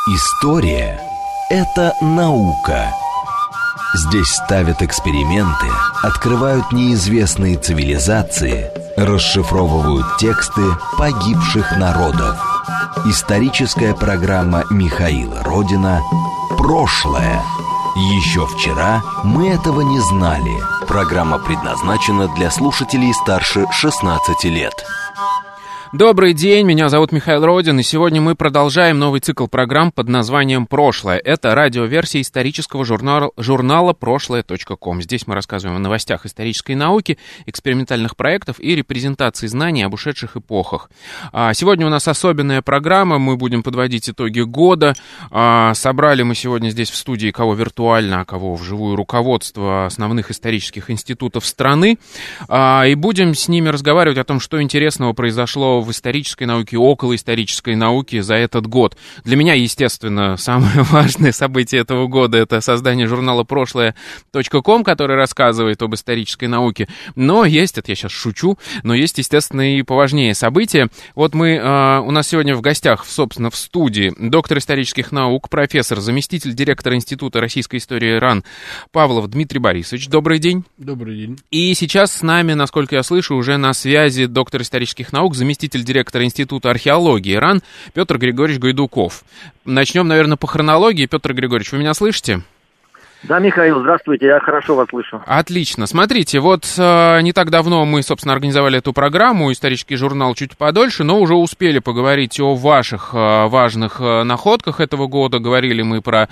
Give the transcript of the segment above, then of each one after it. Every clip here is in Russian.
История – это наука. Здесь ставят эксперименты, открывают неизвестные цивилизации, расшифровывают тексты погибших народов. Историческая программа Михаила Родина «Прошлое». Еще вчера мы этого не знали. Программа предназначена для слушателей старше 16 лет. Добрый день, меня зовут Михаил Родин, и сегодня мы продолжаем новый цикл программ под названием «Прошлое». Это радиоверсия исторического журнала «Прошлое.ком». Здесь мы рассказываем о новостях исторической науки, экспериментальных проектов и репрезентации знаний об ушедших эпохах. Сегодня у нас особенная программа, мы будем подводить итоги года. Собрали мы сегодня здесь в студии кого виртуально, а кого вживую руководство основных исторических институтов страны. И будем с ними разговаривать о том, что интересного произошло в исторической науке, около исторической науки за этот год. Для меня, естественно, самое важное событие этого года — это создание журнала «Прошлое.ком», который рассказывает об исторической науке. Но есть, это я сейчас шучу, но есть, естественно, и поважнее события. Вот у нас сегодня в гостях, собственно, в студии доктор исторических наук, профессор, заместитель директора Института российской истории РАН Павлов Дмитрий Борисович. Добрый день. Добрый день. И сейчас с нами, насколько я слышу, уже на связи доктор исторических наук, заместитель директора Института археологии РАН Петр Григорьевич Гайдуков. Начнем, наверное, по хронологии. Петр Григорьевич, вы меня слышите? Да, Михаил, здравствуйте, я хорошо вас слышу. Отлично. Смотрите, вот не так давно мы, собственно, организовали эту программу, исторический журнал чуть подольше, но уже успели поговорить о ваших важных находках этого года. Говорили мы про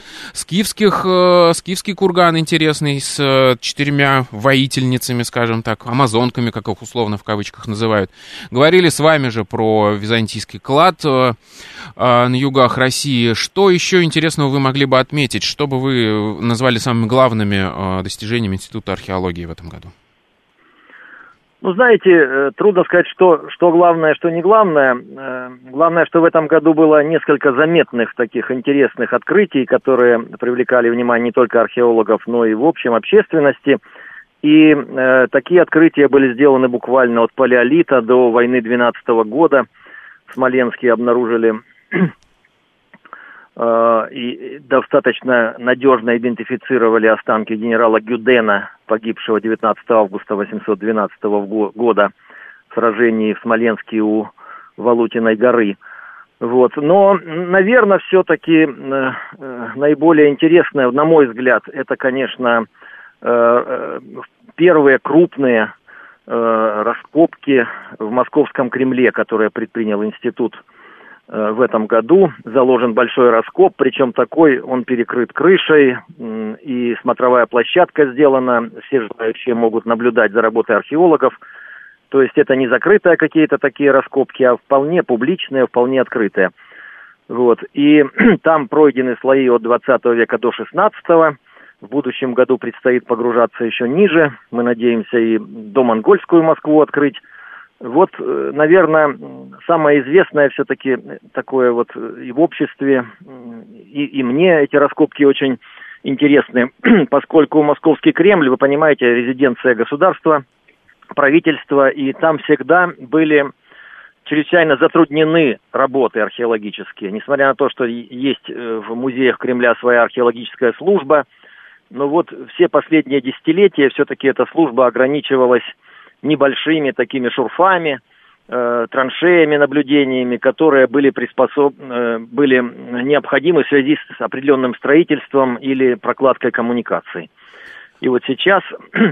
скифский курган интересный с 4 воительницами, скажем так, амазонками, как их условно в кавычках называют. Говорили с вами же про византийский клад на югах России. Что еще интересного вы могли бы отметить? Что бы вы назвали самыми главными достижениями Института археологии в этом году? Ну, знаете, трудно сказать, что главное, что не главное. Главное, что в этом году было несколько заметных таких интересных открытий, которые привлекали внимание не только археологов, но и в общем общественности. И такие открытия были сделаны буквально от палеолита до войны 12 года. В Смоленске обнаружили и достаточно надежно идентифицировали останки генерала Гюдена, погибшего 19 августа 812 года в сражении в Смоленске у Валутиной горы. Вот. Но, наверное, все-таки наиболее интересное, на мой взгляд, это, конечно, первые крупные раскопки в Московском Кремле, которые предпринял институт в этом году. Заложен большой раскоп, причем такой, он перекрыт крышей, и смотровая площадка сделана, все желающие могут наблюдать за работой археологов. То есть это не закрытые какие-то такие раскопки, а вполне публичные, вполне открытые. Вот. И там пройдены слои от 20 века до 16-го. В будущем году предстоит погружаться еще ниже. Мы надеемся и домонгольскую Москву открыть. Вот, наверное, самое известное все-таки такое вот и в обществе, и мне эти раскопки очень интересны, поскольку Московский Кремль, вы понимаете, резиденция государства, правительства, и там всегда были чрезвычайно затруднены работы археологические. Несмотря на то, что есть в музеях Кремля своя археологическая служба, но вот все последние десятилетия все-таки эта служба ограничивалась небольшими такими шурфами, траншеями, наблюдениями, которые были необходимы в связи с определенным строительством или прокладкой коммуникаций. И вот сейчас,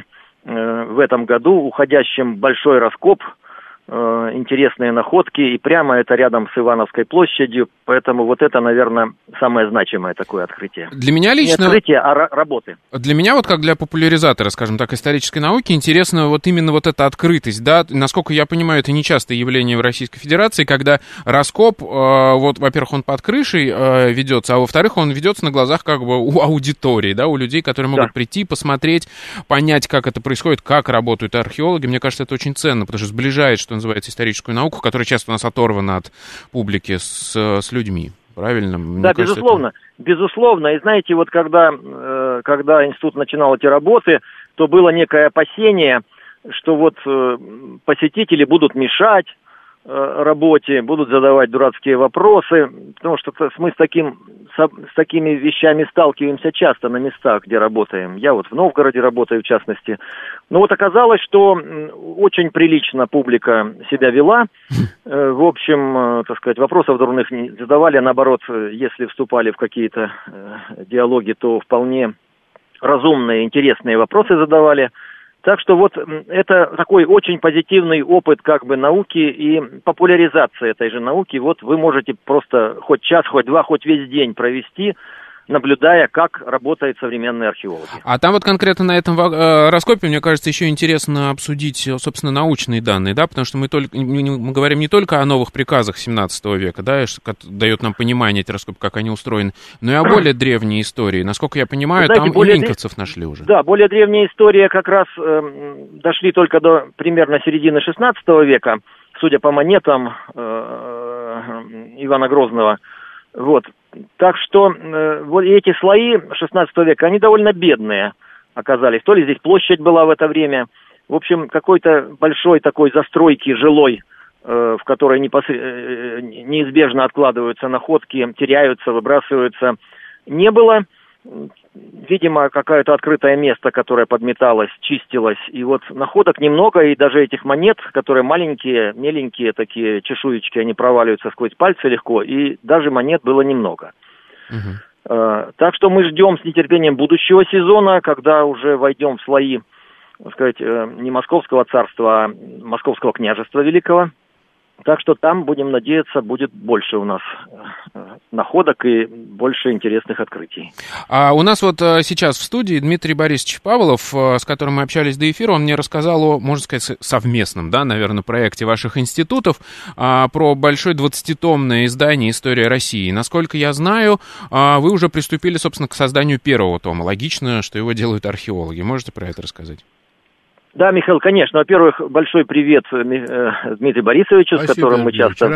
в этом году, уходящим большой раскоп, интересные находки, и прямо это рядом с Ивановской площадью, поэтому вот это, наверное, самое значимое такое открытие. Для меня лично... Не открытие, а работы. Для меня, вот как для популяризатора, скажем так, исторической науки, интересно вот именно вот эта открытость, да, насколько я понимаю, это нечастое явление в Российской Федерации, когда раскоп, вот, во-первых, он под крышей ведется, а во-вторых, он ведется на глазах как бы у аудитории, да, у людей, которые могут прийти, посмотреть, понять, как это происходит, как работают археологи. Мне кажется, это очень ценно, потому что сближает, что называется, историческую науку, которая часто у нас оторвана от публики с людьми. Правильно? Да, безусловно. Безусловно. И знаете, вот когда институт начинал эти работы, то было некое опасение, что вот посетители будут мешать, работе, будут задавать дурацкие вопросы, потому что мы с такими вещами сталкиваемся часто на местах, где работаем. Я вот в Новгороде работаю, в частности. Но вот оказалось, что очень прилично публика себя вела. В общем, так сказать, вопросов дурных не задавали, а наоборот, если вступали в какие-то диалоги, то вполне разумные, интересные вопросы задавали. Так что вот это такой очень позитивный опыт как бы науки и популяризация этой же науки. Вот вы можете просто хоть час, хоть два, хоть весь день провести, наблюдая, как работают современные археологи. А там вот конкретно на этом раскопе, мне кажется, еще интересно обсудить, собственно, научные данные, да, потому что мы говорим не только о новых приказах 17 века, да, что дает нам понимание эти раскопы, как они устроены, но и о более древней истории. Насколько я понимаю, знаете, там и инковцев нашли уже. Да, более древняя история как раз дошли только до примерно середины 16 века, судя по монетам Ивана Грозного. Вот. Так что вот эти слои 16 века, они довольно бедные оказались. То ли здесь площадь была в это время. В общем, какой-то большой такой застройки жилой, в которой неизбежно откладываются находки, теряются, выбрасываются, не было. Видимо, какое-то открытое место, которое подметалось, чистилось. И вот находок немного, и даже этих монет, которые маленькие, меленькие, такие чешуечки, они проваливаются сквозь пальцы легко, и даже монет было немного. Так что мы ждем с нетерпением будущего сезона, когда уже войдем в слои, так сказать, не Московского царства, а Московского княжества Великого. Так что там, будем надеяться, будет больше у нас находок и больше интересных открытий. А у нас вот сейчас в студии Дмитрий Борисович Павлов, с которым мы общались до эфира. Он мне рассказал о, можно сказать, совместном, да, наверное, проекте ваших институтов про большое 20-томное издание «История России». Насколько я знаю, вы уже приступили, собственно, к созданию первого тома. Логично, что его делают археологи. Можете про это рассказать? Да, Михаил, конечно. Во-первых, большой привет Дмитрию Борисовичу, с которым мы часто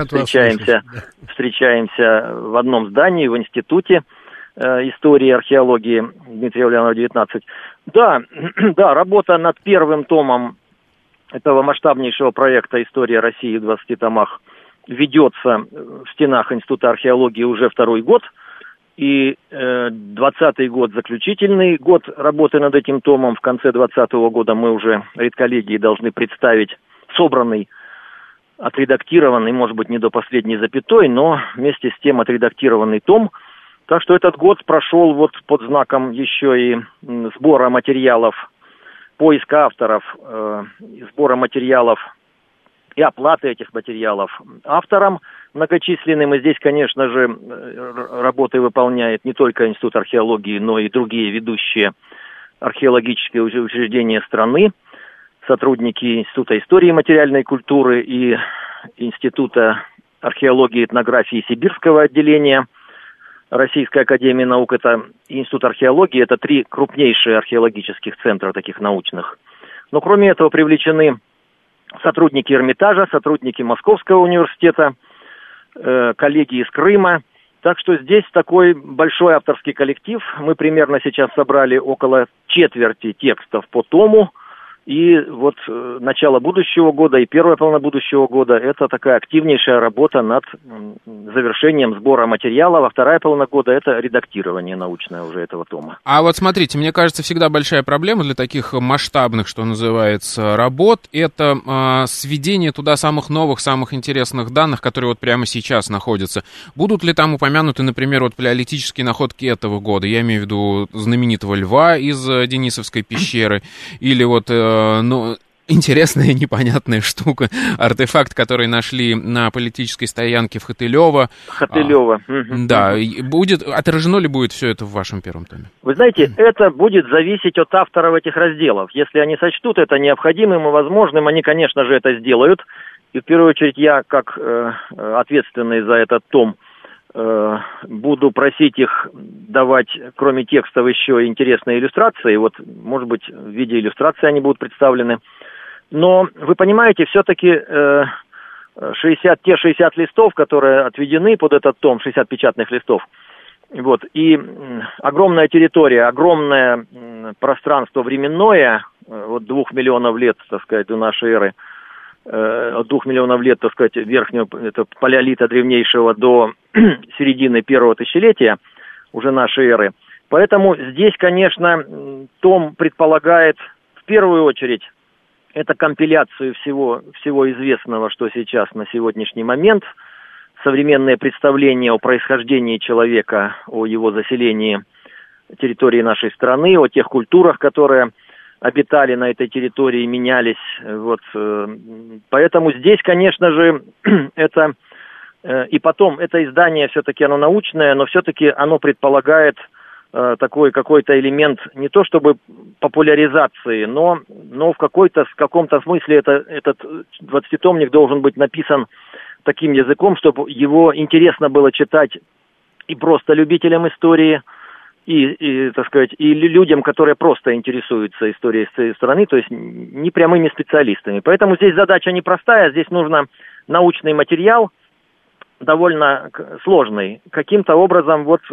встречаемся в одном здании, в Институте истории и археологии Дмитрия Ульянова, 19. Да, работа над первым томом этого масштабнейшего проекта «История России» в 20 томах ведется в стенах Института археологии уже второй год. И 20-й год заключительный год работы над этим томом. В конце 20-го года мы уже редколлегии должны представить собранный, отредактированный, может быть, не до последней запятой, но вместе с тем отредактированный том. Так что этот год прошел вот под знаком еще и сбора материалов, поиска авторов, сбора материалов и оплаты этих материалов авторам многочисленным. И здесь, конечно же, работы выполняет не только Институт археологии, но и другие ведущие археологические учреждения страны, сотрудники Института истории и материальной культуры и Института археологии и этнографии Сибирского отделения Российской академии наук. Это Институт археологии, это 3 крупнейшие археологических центра таких научных. Но кроме этого привлечены сотрудники Эрмитажа, сотрудники Московского университета, коллеги из Крыма. Так что здесь такой большой авторский коллектив. Мы примерно сейчас собрали около четверти текстов по тому. И вот начало будущего года и первая половина будущего года – это такая активнейшая работа над завершением сбора материалов, а вторая половина года – это редактирование научное уже этого тома. А вот смотрите, мне кажется, всегда большая проблема для таких масштабных, что называется, работ – это сведение туда самых новых, самых интересных данных, которые вот прямо сейчас находятся. Будут ли там упомянуты, например, вот палеолитические находки этого года? Я имею в виду знаменитого льва из Денисовской пещеры или вот интересная, непонятная штука, артефакт, который нашли на политической стоянке в Хотылево. Да, отражено ли будет все это в вашем первом томе? Вы знаете, это будет зависеть от авторов этих разделов. Если они сочтут это необходимым и возможным, они, конечно же, это сделают. И в первую очередь я, как ответственный за этот том, буду просить их давать, кроме текстов, еще интересные иллюстрации. Вот, может быть, в виде иллюстрации они будут представлены. Но, вы понимаете, все-таки 60 листов, которые отведены под этот том, 60 печатных листов, вот, и огромная территория, огромное пространство временное, вот 2 миллионов лет, так сказать, до нашей эры, от 2 миллионов лет, так сказать, верхнего, это палеолита древнейшего до середины первого тысячелетия уже нашей эры. Поэтому здесь, конечно, том предполагает в первую очередь это компиляцию всего известного, что сейчас на сегодняшний момент, современные представления о происхождении человека, о его заселении территории нашей страны, о тех культурах, которые обитали на этой территории, менялись. Вот. Поэтому здесь, конечно же, это... И потом, это издание все-таки оно научное, но все-таки оно предполагает такой какой-то элемент не то чтобы популяризации, но в каком-то смысле этот 20-томник должен быть написан таким языком, чтобы его интересно было читать и просто любителям истории, и так сказать, и людям, которые просто интересуются историей своей страны, то есть не прямыми специалистами. Поэтому здесь задача непростая, здесь нужно научный материал, довольно сложный, каким-то образом вот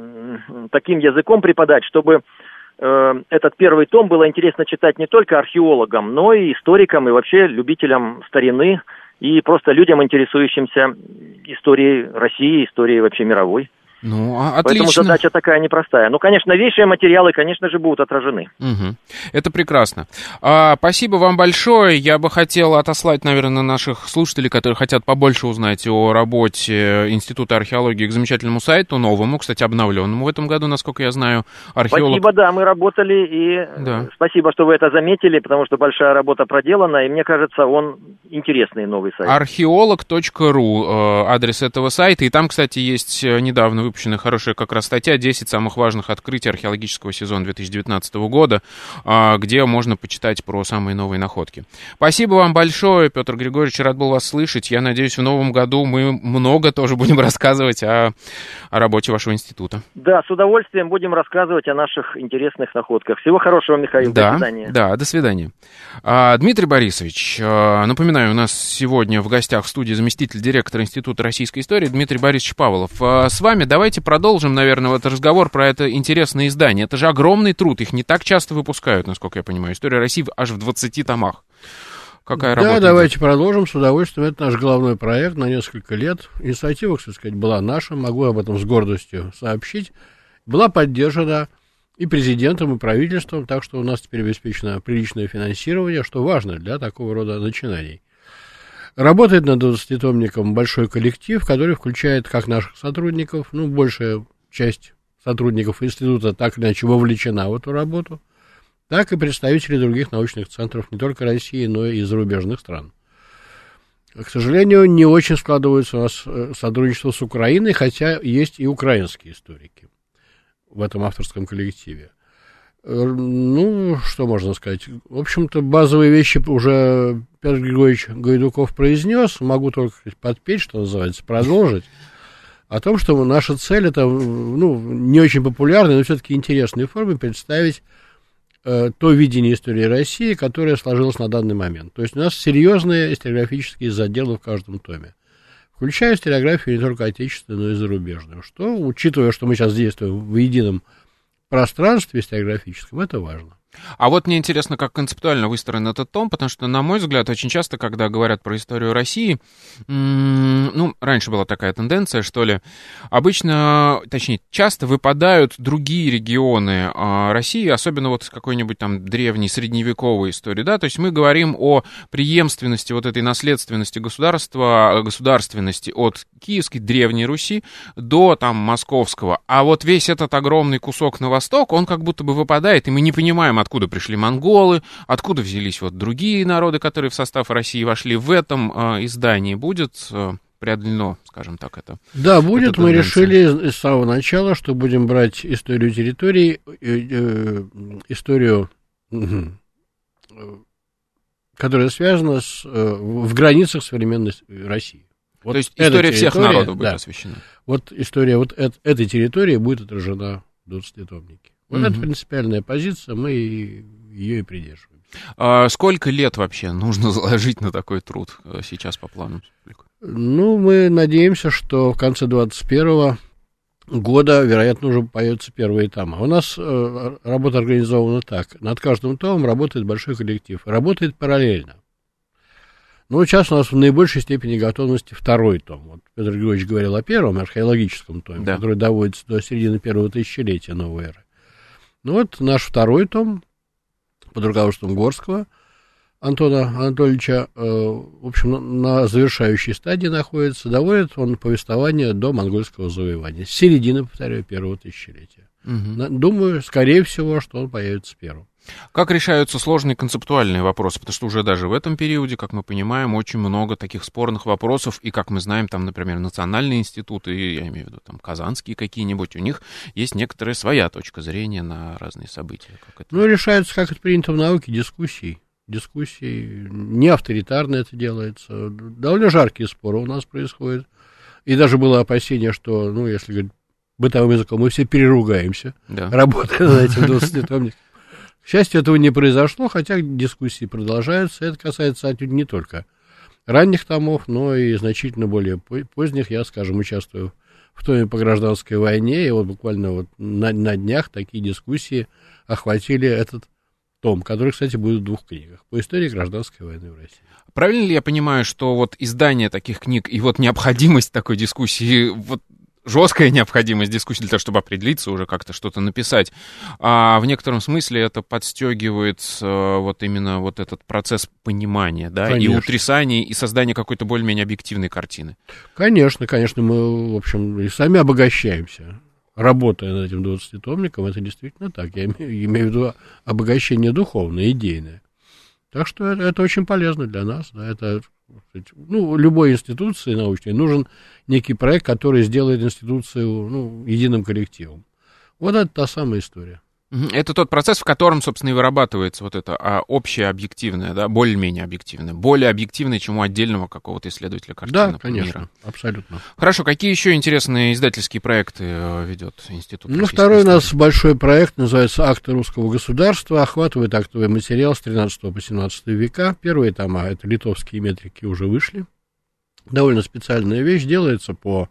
таким языком преподать, чтобы этот первый том было интересно читать не только археологам, но и историкам, и вообще любителям старины, и просто людям, интересующимся историей России, историей вообще мировой. Ну, отлично. Поэтому задача такая непростая. Ну, конечно, новейшие материалы, конечно же, будут отражены. Угу. Это прекрасно. Спасибо вам большое. Я бы хотел отослать, наверное, наших слушателей, которые хотят побольше узнать о работе Института археологии, к замечательному сайту, новому, кстати, обновленному в этом году, насколько я знаю. Спасибо, да, мы работали, и спасибо, что вы это заметили, потому что большая работа проделана, и мне кажется, он интересный новый сайт. Archeolog.ru адрес этого сайта, и там, кстати, есть недавно выпущенная хорошая как раз статья «10 самых важных открытий археологического сезона 2019 года», где можно почитать про самые новые находки. Спасибо вам большое, Петр Григорьевич, рад был вас слышать. Я надеюсь, в новом году мы много тоже будем рассказывать о работе вашего института. Да, с удовольствием будем рассказывать о наших интересных находках. Всего хорошего, Михаил. До свидания. Да, до свидания. Дмитрий Борисович, напоминаю, у нас сегодня в гостях в студии заместитель директора Института российской истории Дмитрий Борисович Павлов. С вами давайте продолжим, наверное, этот разговор про это интересное издание. Это же огромный труд, их не так часто выпускают, насколько я понимаю. История России аж в 20 томах. Какая работа? Да, давайте продолжим с удовольствием. Это наш головной проект на несколько лет. Инициатива, кстати сказать, была наша, могу об этом с гордостью сообщить. Была поддержана и президентом, и правительством, так что у нас теперь обеспечено приличное финансирование, что важно для такого рода начинаний. Работает над 20-томником большой коллектив, который включает как наших сотрудников, большая часть сотрудников института так или иначе вовлечена в эту работу, так и представителей других научных центров не только России, но и зарубежных стран. К сожалению, не очень складывается у нас сотрудничество с Украиной, хотя есть и украинские историки в этом авторском коллективе. Что можно сказать? В общем-то, базовые вещи уже Петр Григорьевич Гайдуков произнес. Могу только подпеть, что называется, продолжить. О том, что наша цель это, не очень популярной, но все-таки интересной форме представить то видение истории России, которое сложилось на данный момент. То есть у нас серьезные историографические заделы в каждом томе, включая историографию не только отечественную, но и зарубежную. Что, учитывая, что мы сейчас действуем в едином пространстве историографическом, это важно. А вот мне интересно, как концептуально выстроен этот том, потому что, на мой взгляд, очень часто, когда говорят про историю России, раньше была такая тенденция, что ли, обычно, точнее, часто выпадают другие регионы России, особенно вот с какой-нибудь там древней средневековой истории, да, то есть мы говорим о преемственности вот этой наследственности государственности от Киевской, Древней Руси до там Московского, а вот весь этот огромный кусок на восток, он как будто бы выпадает, и мы не понимаем, откуда пришли монголы, откуда взялись вот другие народы, которые в состав России вошли. В этом издании будет преодолено, скажем так, это? Да, будет. Мы решили с самого начала, что будем брать историю территорий, историю, которая связана в границах современной России. Вот то есть история всех народов будет освещена. Вот история этой территории будет отражена в 20-томнике. Вот это принципиальная позиция, мы ее и придерживаемся. Сколько лет вообще нужно заложить на такой труд сейчас по плану? Мы надеемся, что в конце 2021 года, вероятно, уже появятся первые тома. У нас работа организована так. Над каждым томом работает большой коллектив. Работает параллельно. Но сейчас у нас в наибольшей степени готовности второй том. Вот Петр Григорьевич говорил о первом археологическом томе, да, который доводится до середины первого тысячелетия новой эры. Ну вот наш второй том под руководством Горского Антона Анатольевича, в общем, на завершающей стадии находится. Доводит он повествование до монгольского завоевания. С середины, повторяю, первого тысячелетия. Думаю, скорее всего, что он появится первым. Как решаются сложные концептуальные вопросы? Потому что уже даже в этом периоде, как мы понимаем, очень много таких спорных вопросов. И, как мы знаем, там, например, национальные институты, я имею в виду там казанские какие-нибудь, у них есть некоторая своя точка зрения на разные события. Как это... Ну, решается, как это принято в науке, дискуссии, не авторитарно это делается. Довольно жаркие споры у нас происходят. И даже было опасение, что, ну, если говорить бытовым языком, мы все переругаемся, да, работая над этим 20-томником. К счастью, этого не произошло, хотя дискуссии продолжаются. Это касается отнюдь не только ранних томов, но и значительно более поздних. Я, скажем, участвую в томе по гражданской войне, и вот буквально вот на днях такие дискуссии охватили этот том, который, кстати, будет в 2 книгах по истории гражданской войны в России. Правильно ли я понимаю, что вот издание таких книг и вот необходимость такой дискуссии, вот жесткая необходимость дискуссии для того, чтобы определиться, уже как-то что-то написать, а в некотором смысле это подстегивает вот именно вот этот процесс понимания, да, конечно, и утрясания, и создания какой-то более-менее объективной картины? Конечно, мы, в общем, и сами обогащаемся, работая над этим 20-томником, это действительно так. Я имею в виду обогащение духовное, идейное. Так что это очень полезно для нас. Да, это, ну, любой институции научной нужен некий проект, который сделает институцию, ну, единым коллективом. Вот это та самая история. Это тот процесс, в котором, собственно, и вырабатывается вот это общее объективное, да, более-менее объективное, более объективное, чем у отдельного какого-то исследователя картины. Да, конечно, мира. Абсолютно. Хорошо, какие еще интересные издательские проекты ведет институт? Ну, второй у нас большой проект, называется «Акты русского государства», охватывает актовый материал с 13 по 17 века. Первые тома, это литовские метрики, уже вышли. Довольно специальная вещь, делается по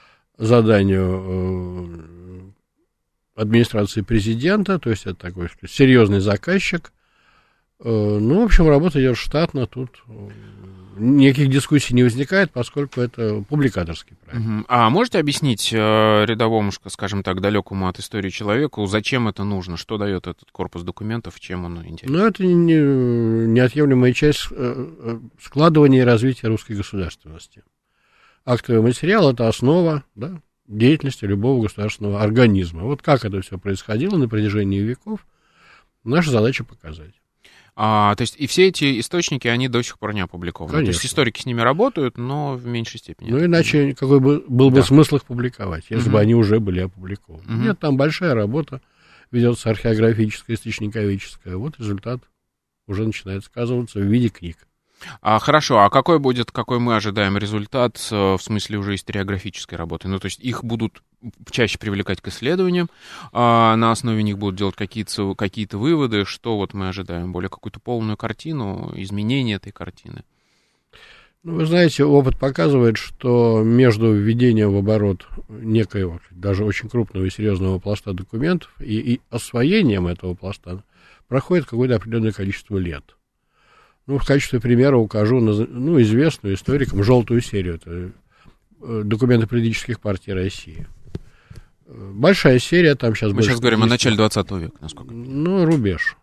заданию администрации президента, то есть это такой серьезный заказчик. Ну, в общем, работа идет штатно, тут никаких дискуссий не возникает, поскольку это публикаторский проект. А можете объяснить рядовому, скажем так, далекому от истории человеку, зачем это нужно, что дает этот корпус документов, чем он интересен? Ну, это неотъемлемая часть складывания и развития русской государственности. Актовый материал — это основа, да, деятельности любого государственного организма. Вот как это все происходило на протяжении веков, наша задача показать. То есть и все эти источники, они до сих пор не опубликованы? Конечно. То есть историки с ними работают, но в меньшей степени. Ну, иначе какой был бы смысл их публиковать, если бы они уже были опубликованы? Нет, там большая работа ведется, археографическая, источниковическая. Вот результат уже начинает сказываться в виде книг. Хорошо, а какой мы ожидаем результат в смысле уже историографической работы? Ну, то есть их будут чаще привлекать к исследованиям, на основе них будут делать какие-то выводы, что вот мы ожидаем? Более какую-то полную картину, изменение этой картины? Ну, вы знаете, опыт показывает, что между введением в оборот некоего, даже очень крупного и серьезного пласта документов и освоением этого пласта проходит какое-то определенное количество лет. Ну, в качестве примера укажу на известную историкам желтую серию. Это документы политических партий России. Большая серия, там сейчас... Мы сейчас говорим о начале 20 века, насколько? Ну, рубеж.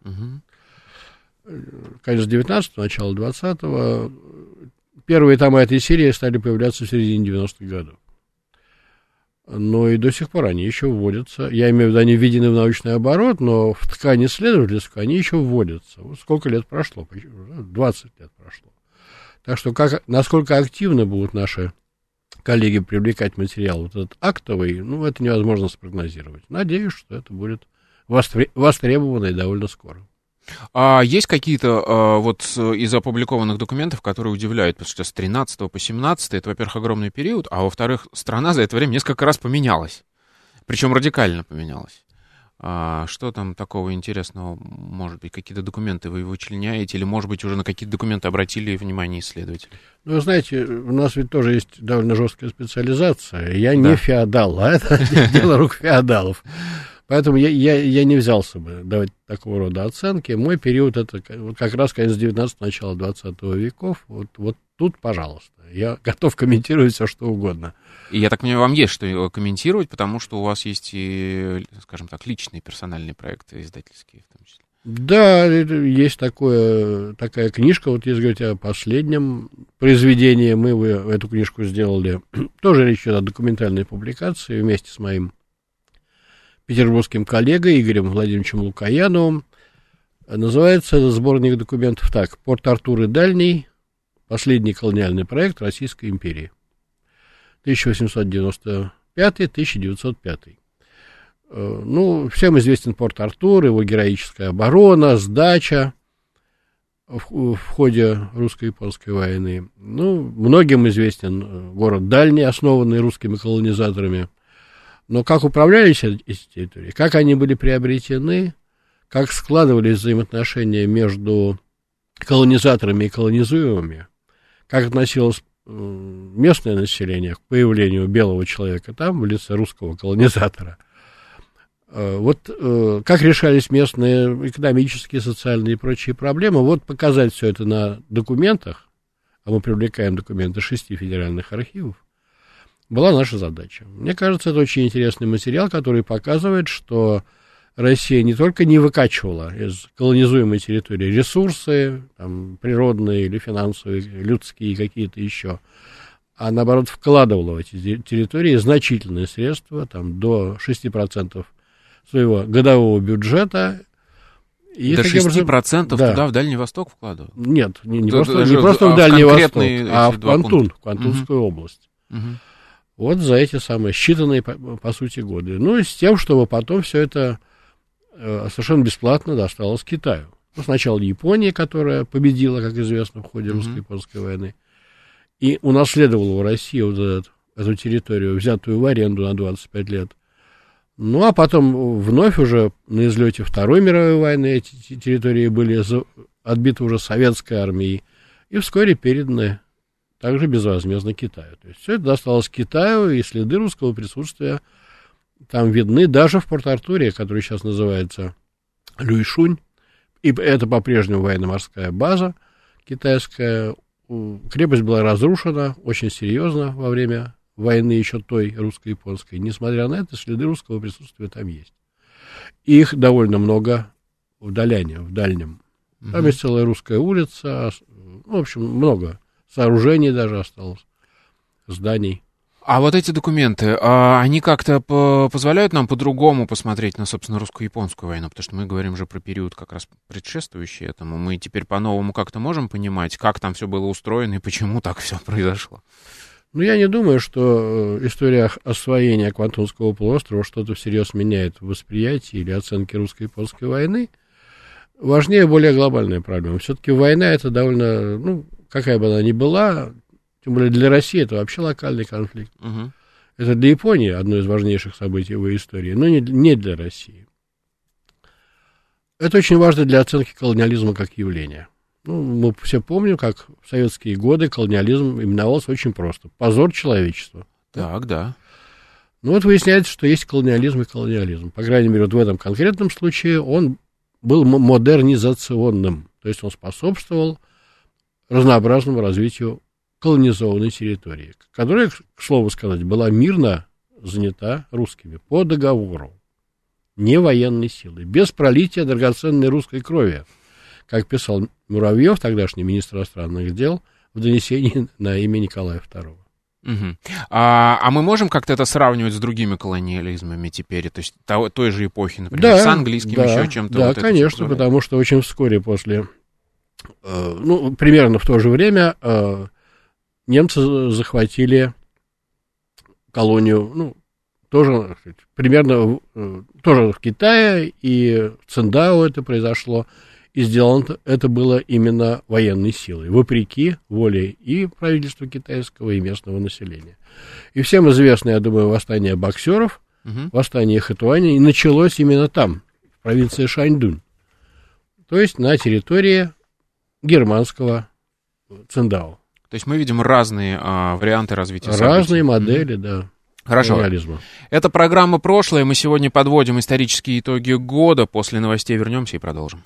Конец 19-го, начало 20-го. Первые тома этой серии стали появляться в середине 90-х годов. Но и до сих пор они еще вводятся. Я имею в виду, они введены в научный оборот, но в ткань исследовательскую они еще вводятся. Вот сколько лет прошло? 20 лет прошло. Так что насколько активно будут наши коллеги привлекать материал вот этот актовый, ну, это невозможно спрогнозировать. Надеюсь, что это будет востребовано и довольно скоро. А есть какие-то вот из опубликованных документов, которые удивляют, потому что с 13 по 17 это, во-первых, огромный период, а во-вторых, страна за это время несколько раз поменялась, причем радикально поменялась. Что там такого интересного, может быть, какие-то документы вы вычленяете, или, может быть, уже на какие-то документы обратили внимание исследователи? Ну, вы знаете, у нас ведь тоже есть довольно жесткая специализация. Я не феодал, а это дело рук феодалов. Поэтому я не взялся бы давать такого рода оценки. Мой период — это как раз конец 19-го, начало 20 веков. Вот тут, пожалуйста, я готов комментировать все, что угодно. И я так понимаю, вам есть что комментировать, потому что у вас есть и, скажем так, личные персональные проекты издательские в том числе. Да, есть такая книжка, вот если говорить о последнем произведении, мы эту книжку сделали, тоже речь идет о документальной публикации вместе с моим петербургским коллегой Игорем Владимировичем Лукояновым. Называется этот сборник документов так: «Порт Артур и Дальний. Последний колониальный проект Российской империи. 1895-1905». Ну, всем известен Порт Артур, его героическая оборона, сдача в ходе русско-японской войны. Ну, многим известен город Дальний, основанный русскими колонизаторами. Но как управлялись эти территории, как они были приобретены, как складывались взаимоотношения между колонизаторами и колонизуемыми, как относилось местное население к появлению белого человека там в лице русского колонизатора, вот как решались местные экономические, социальные и прочие проблемы, вот показать все это на документах, а мы привлекаем документы 6 федеральных архивов, была наша задача. Мне кажется, это очень интересный материал, который показывает, что Россия не только не выкачивала из колонизуемой территории ресурсы, там, природные или финансовые, людские, какие-то еще, а наоборот вкладывала в эти территории значительные средства, там, до 6% своего годового бюджета. И до 6% образом, туда, в Дальний Восток вкладывают? Нет, не просто в Дальний Восток, а в Квантун, в Квантунскую область. Вот за эти самые считанные, по сути, годы. Ну, и с тем, чтобы потом все это совершенно бесплатно досталось Китаю. Ну, сначала Япония, которая победила, как известно, в ходе русско-японской войны, и унаследовала у России вот эту территорию, взятую в аренду на 25 лет. Ну, а потом вновь уже на излете Второй мировой войны эти территории были отбиты уже советской армией и вскоре переданы также безвозмездно Китаю. То есть все это досталось Китаю, и следы русского присутствия там видны даже в Порт-Артуре, который сейчас называется Люйшунь, и это по-прежнему военно-морская база китайская. Крепость была разрушена очень серьезно во время войны еще той русско-японской. Несмотря на это, следы русского присутствия там есть. И их довольно много в дальнем. Там есть целая русская улица, в общем, много сооружений даже осталось, зданий. А вот эти документы, они как-то позволяют нам по-другому посмотреть на, собственно, русско-японскую войну? Потому что мы говорим же про период как раз предшествующий этому. Мы теперь по-новому как-то можем понимать, как там все было устроено и почему так все произошло? Ну, я не думаю, что история освоения Квантунского полуострова что-то всерьез меняет в восприятии или оценке русско-японской войны. Важнее более глобальная проблема. Все-таки война — это довольно, ну, какая бы она ни была, тем более для России это вообще локальный конфликт. Это для Японии одно из важнейших событий в ее истории, но не для России. Это очень важно для оценки колониализма как явления. Ну, мы все помним, как в советские годы колониализм именовался очень просто. Позор человечества. Так, да. Ну, вот выясняется, что есть колониализм и колониализм. По крайней мере, вот в этом конкретном случае он был модернизационным. То есть он способствовал разнообразному развитию колонизованной территории, которая, к слову сказать, была мирно занята русскими по договору, не военной силой, без пролития драгоценной русской крови, как писал Муравьев, тогдашний министр иностранных дел, в донесении на имя Николая II. А мы можем как-то это сравнивать с другими колониализмами теперь, то есть той же эпохи, например, с английским еще чем-то? Да, вот конечно, потому что очень вскоре после, ну, примерно в то же время немцы захватили колонию, ну, тоже примерно тоже в Китае, и в Циндао это произошло, и сделано это было именно военной силой, вопреки воле и правительства китайского, и местного населения. И всем известно, я думаю, восстание боксеров, восстание Хэтуаня, и началось именно там, в провинции Шаньдунь, то есть на территории германского Циндао. То есть мы видим разные варианты развития событий. Разные модели, да. Хорошо. колониализма. Это программа «Прошлое». Мы сегодня подводим исторические итоги года. После новостей вернемся и продолжим.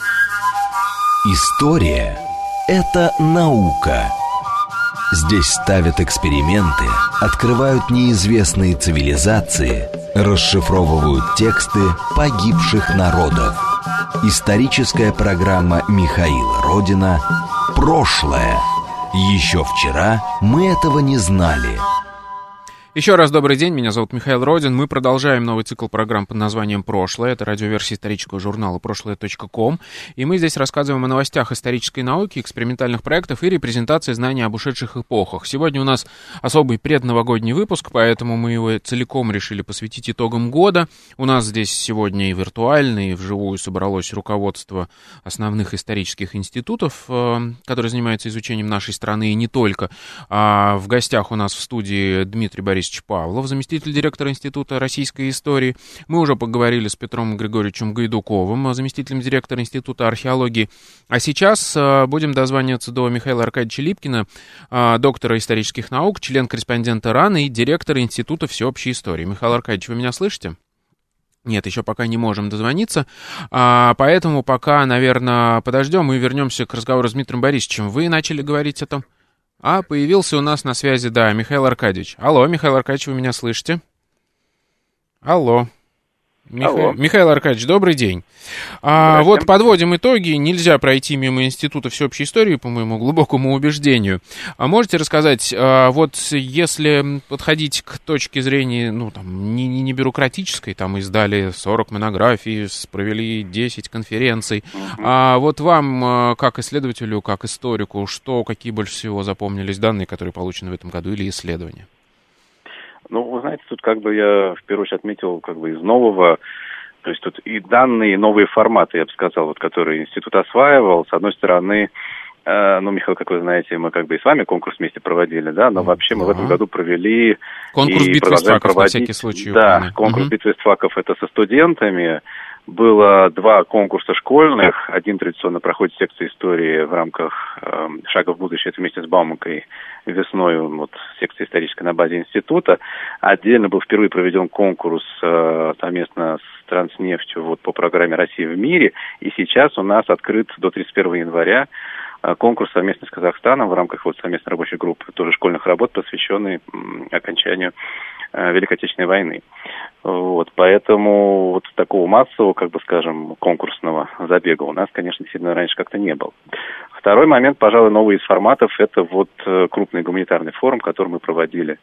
История – это наука. Здесь ставят эксперименты, открывают неизвестные цивилизации, расшифровывают тексты погибших народов. Историческая программа Михаила Родина «Прошлое». Еще вчера мы этого не знали. Еще раз добрый день, меня зовут Михаил Родин. Мы продолжаем новый цикл программ под названием «Прошлое». Это радиоверсия исторического журнала «Прошлое.ком». И мы здесь рассказываем о новостях исторической науки, экспериментальных проектов и репрезентации знаний об ушедших эпохах. Сегодня у нас особый предновогодний выпуск, поэтому мы его целиком решили посвятить итогам года. У нас здесь сегодня и виртуально, и вживую собралось руководство основных исторических институтов, которые занимаются изучением нашей страны, и не только. А в гостях у нас в студии Дмитрий Борисович Павлов, заместитель директора Института российской истории. Мы уже поговорили с Петром Григорьевичем Гайдуковым, заместителем директора Института археологии. А сейчас будем дозваниваться до Михаила Аркадьевича Липкина, доктора исторических наук, член-корреспондента РАН и директора Института всеобщей истории. Михаил Аркадьевич, вы меня слышите? Нет, еще пока не можем дозвониться, поэтому пока, наверное, подождем и вернемся к разговору с Дмитрием Борисовичем. Вы начали говорить о том... появился у нас на связи, да, Михаил Аркадьевич. Алло, Михаил Аркадьевич, вы меня слышите? Алло. Михаил Аркадьевич, добрый день. Вот подводим итоги. Нельзя пройти мимо Института всеобщей истории, по моему глубокому убеждению. Можете рассказать, вот если подходить к точке зрения, ну, там, не бюрократической, там издали 40 монографий, провели 10 конференций, вот вам, как исследователю, как историку, какие больше всего запомнились данные, которые получены в этом году, или исследования? Ну, вы знаете, тут как бы я в первую очередь отметил как бы из нового, то есть тут и данные, и новые форматы, я бы сказал, вот, которые институт осваивал. С одной стороны, Михаил, как вы знаете, мы как бы и с вами конкурс вместе проводили, да, но вообще мы в этом году провели... Конкурс битвы стваков, на всякий случай. Да, конкурс битвы стваков, это со студентами. Было 2 конкурса школьных. Один традиционно проходит секция истории в рамках «Шага в будущее». Это вместе с Бауманкой весной, вот, секция историческая на базе института. Отдельно был впервые проведен конкурс совместно с Транснефтью вот, по программе «Россия в мире». И сейчас у нас открыт до 31 января конкурс совместно с Казахстаном в рамках вот совместной рабочей группы, тоже школьных работ, посвященный окончанию Великой Отечественной войны. Вот, поэтому вот такого массового, как бы скажем, конкурсного забега у нас, конечно, действительно раньше как-то не было. Второй момент, пожалуй, новый из форматов, это вот крупный гуманитарный форум, который мы проводили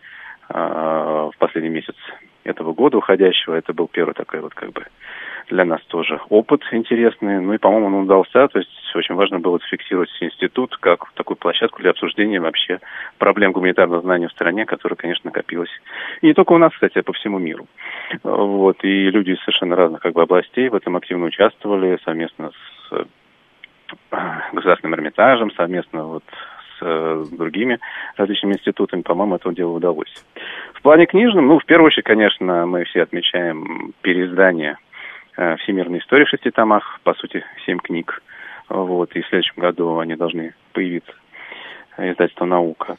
в последний месяц этого года уходящего. Это был первый такой вот как бы для нас тоже опыт интересный. Ну и, по-моему, он удался. То есть очень важно было зафиксировать институт как такую площадку для обсуждения вообще проблем гуманитарного знания в стране, которая, конечно, накопилась. И не только у нас, кстати, а по всему миру. Вот. И люди из совершенно разных как бы областей в этом активно участвовали совместно с Государственным Эрмитажем, совместно вот с другими различными институтами. По-моему, это дело удалось. В плане книжном, в первую очередь, конечно, мы все отмечаем переиздание «Всемирной истории» в 6 томах, по сути, 7 книг. Вот, и в следующем году они должны появиться, издательство «Наука».